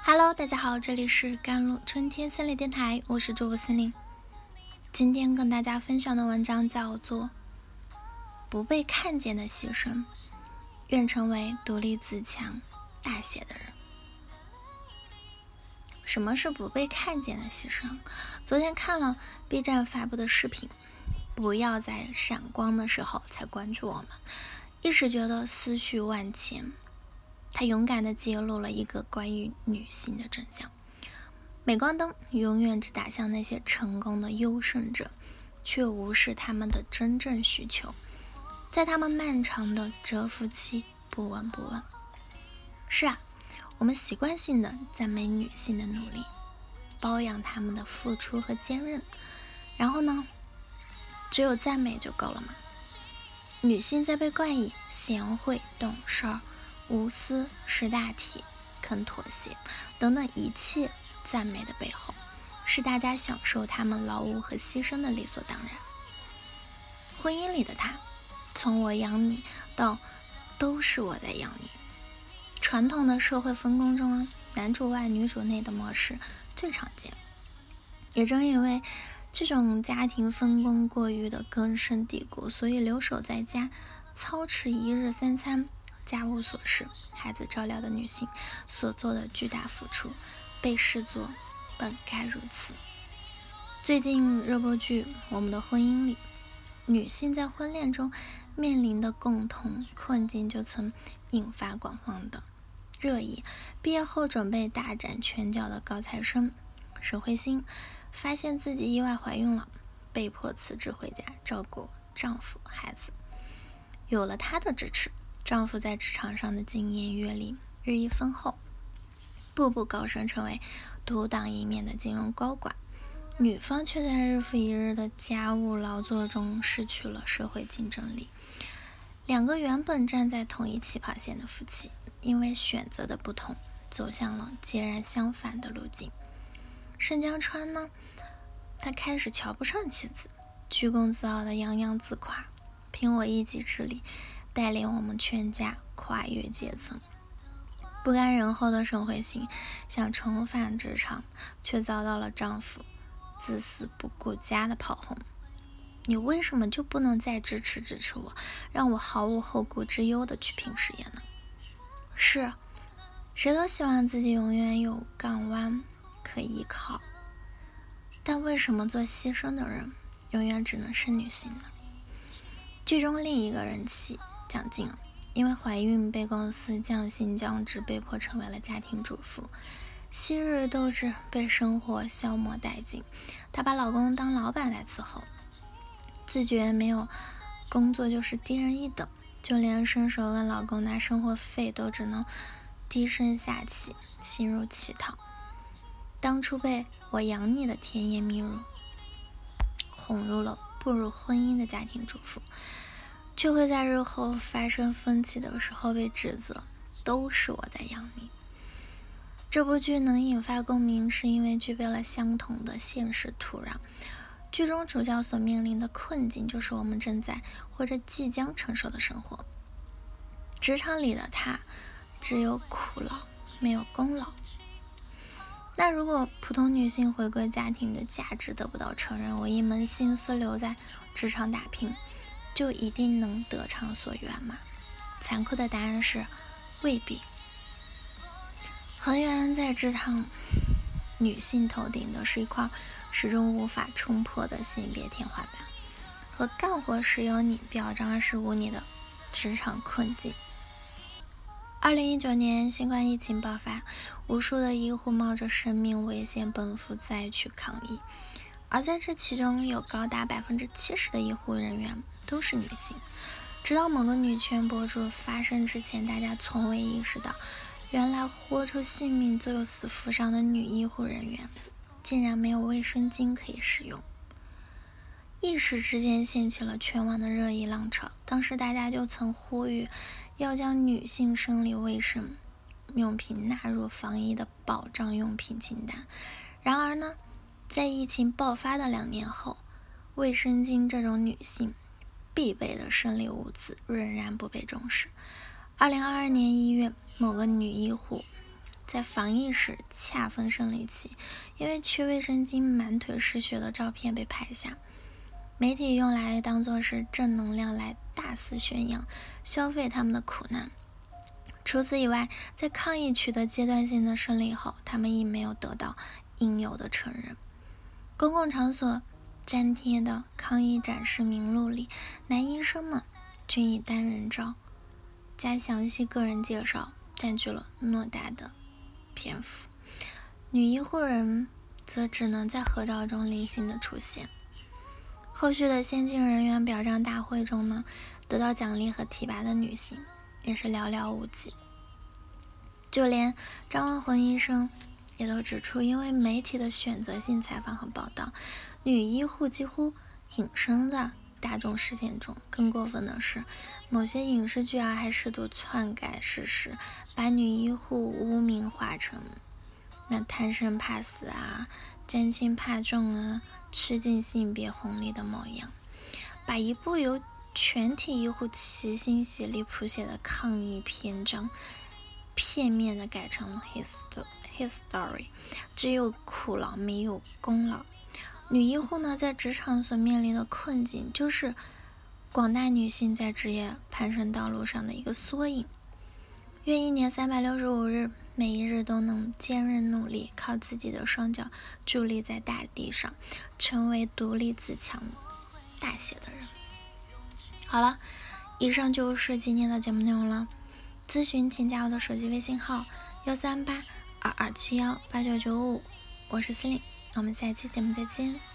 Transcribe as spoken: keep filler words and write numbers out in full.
Hello，大家好，这里是甘露春天森林电台，我是主播森林。今天跟大家分享的文章叫做《不被看见的牺牲》，愿成为独立自强、大写的人。什么是不被看见的牺牲？昨天看了 B 站发布的视频，不要在闪光的时候才关注我们，一时觉得思绪万千。他勇敢地揭露了一个关于女性的真相：镁光灯永远只打向那些成功的优胜者，却无视他们的真正需求，在他们漫长的蛰伏期不闻不问。是啊，我们习惯性的赞美女性的努力，褒扬她们的付出和坚韧，然后呢，只有赞美就够了吗？女性在被冠以贤惠、懂事儿、无私、识大体、肯妥协等等一切赞美的背后，是大家享受他们劳务和牺牲的理所当然。婚姻里的他，从我养你到都是我在养你。传统的社会分工中啊，男主外女主内的模式最常见。也正因为这种家庭分工过于的根深蒂固，所以留守在家操持一日三餐、家务琐事、孩子照料的女性所做的巨大付出，被视作本该如此。最近热播剧《我们的婚姻》里，女性在婚恋中面临的共同困境就曾引发广泛的热议。毕业后准备大展拳脚的高材生沈慧欣，发现自己意外怀孕了，被迫辞职回家照顾丈夫孩子。有了她的支持，丈夫在职场上的经验阅历日益丰厚，步步高升，成为独当一面的金融高管。女方却在日复一日的家务劳作中失去了社会竞争力。两个原本站在同一起跑线的夫妻，因为选择的不同，走向了截然相反的路径。盛江川呢，他开始瞧不上妻子，居功自傲的洋洋自夸，凭我一己之力带领我们全家跨越阶层。不甘人后的沈慧欣想重返职场，却遭到了丈夫自私不顾家的炮轰。你为什么就不能再支持支持我，让我毫无后顾之忧的去拼事业呢？是，谁都希望自己永远有港湾可依靠，但为什么做牺牲的人永远只能是女性呢？剧中另一个人妻蒋静啊，因为怀孕被公司降薪降职，被迫成为了家庭主妇。昔日斗志被生活消磨殆尽，她把老公当老板来伺候，自觉没有工作就是低人一等，就连伸手问老公拿生活费都只能低声下气，心如乞讨。当初被我养你的甜言蜜语哄入了步入婚姻的家庭主妇，却会在日后发生分歧的时候被指责都是我在养你。这部剧能引发共鸣，是因为具备了相同的现实土壤。剧中主角所面临的困境，就是我们正在或者即将承受的生活。职场里的他只有苦劳，没有功劳。那如果普通女性回归家庭的价值得不到承认，我一门心思留在职场打拼，就一定能得偿所愿吗？残酷的答案是未必。恒源在职场女性头顶的是一块始终无法冲破的性别天花板，和干活时有你，表彰时无你的职场困境。二零一九年新冠疫情爆发，无数的医护冒着生命危险奔赴灾区抗疫，而在这其中有高达百分之七十的医护人员都是女性。直到某个女权博主发声之前，大家从未意识到，原来豁出性命救死扶伤的女医护人员竟然没有卫生巾可以使用。一时之间掀起了全网的热议浪潮，当时大家就曾呼吁要将女性生理卫生用品纳入防疫的保障用品清单。然而呢，在疫情爆发的两年后，卫生巾这种女性必备的生理物资仍然不被重视。二零二二年一月，某个女医护在防疫时恰逢生理期，因为缺卫生巾满腿是血的照片被拍下，媒体用来当作是正能量来大肆宣扬，消费他们的苦难。除此以外，在抗疫取得阶段性的胜利后，他们亦没有得到应有的承认。公共场所粘贴的抗疫展示名录里，男医生们均以单人照加详细个人介绍占据了偌大的篇幅，女医护人则只能在合照中零星的出现。后续的先进人员表彰大会中呢，得到奖励和提拔的女性也是寥寥无几。就连张文宏医生也都指出，因为媒体的选择性采访和报道，女医护几乎隐身在大众视线中。更过分的是，某些影视剧啊还试图篡改事实，把女医护污名化成那贪生怕死啊、沾轻怕重啊、吃尽性别红利的模样，把一部由全体医护齐心协力谱写的抗疫篇章片面的改成了 his his story， 只有苦劳没有功劳。女医护呢，在职场所面临的困境，就是广大女性在职业攀升道路上的一个缩影。愿一年三百六十五日，每一日都能坚韧努力，靠自己的双脚伫立在大地上，成为独立自强、大写的人。好了，以上就是今天的节目内容了。咨询请加我的手机微信号幺三八二二七幺八九九五，我是司令，我们下期节目再见。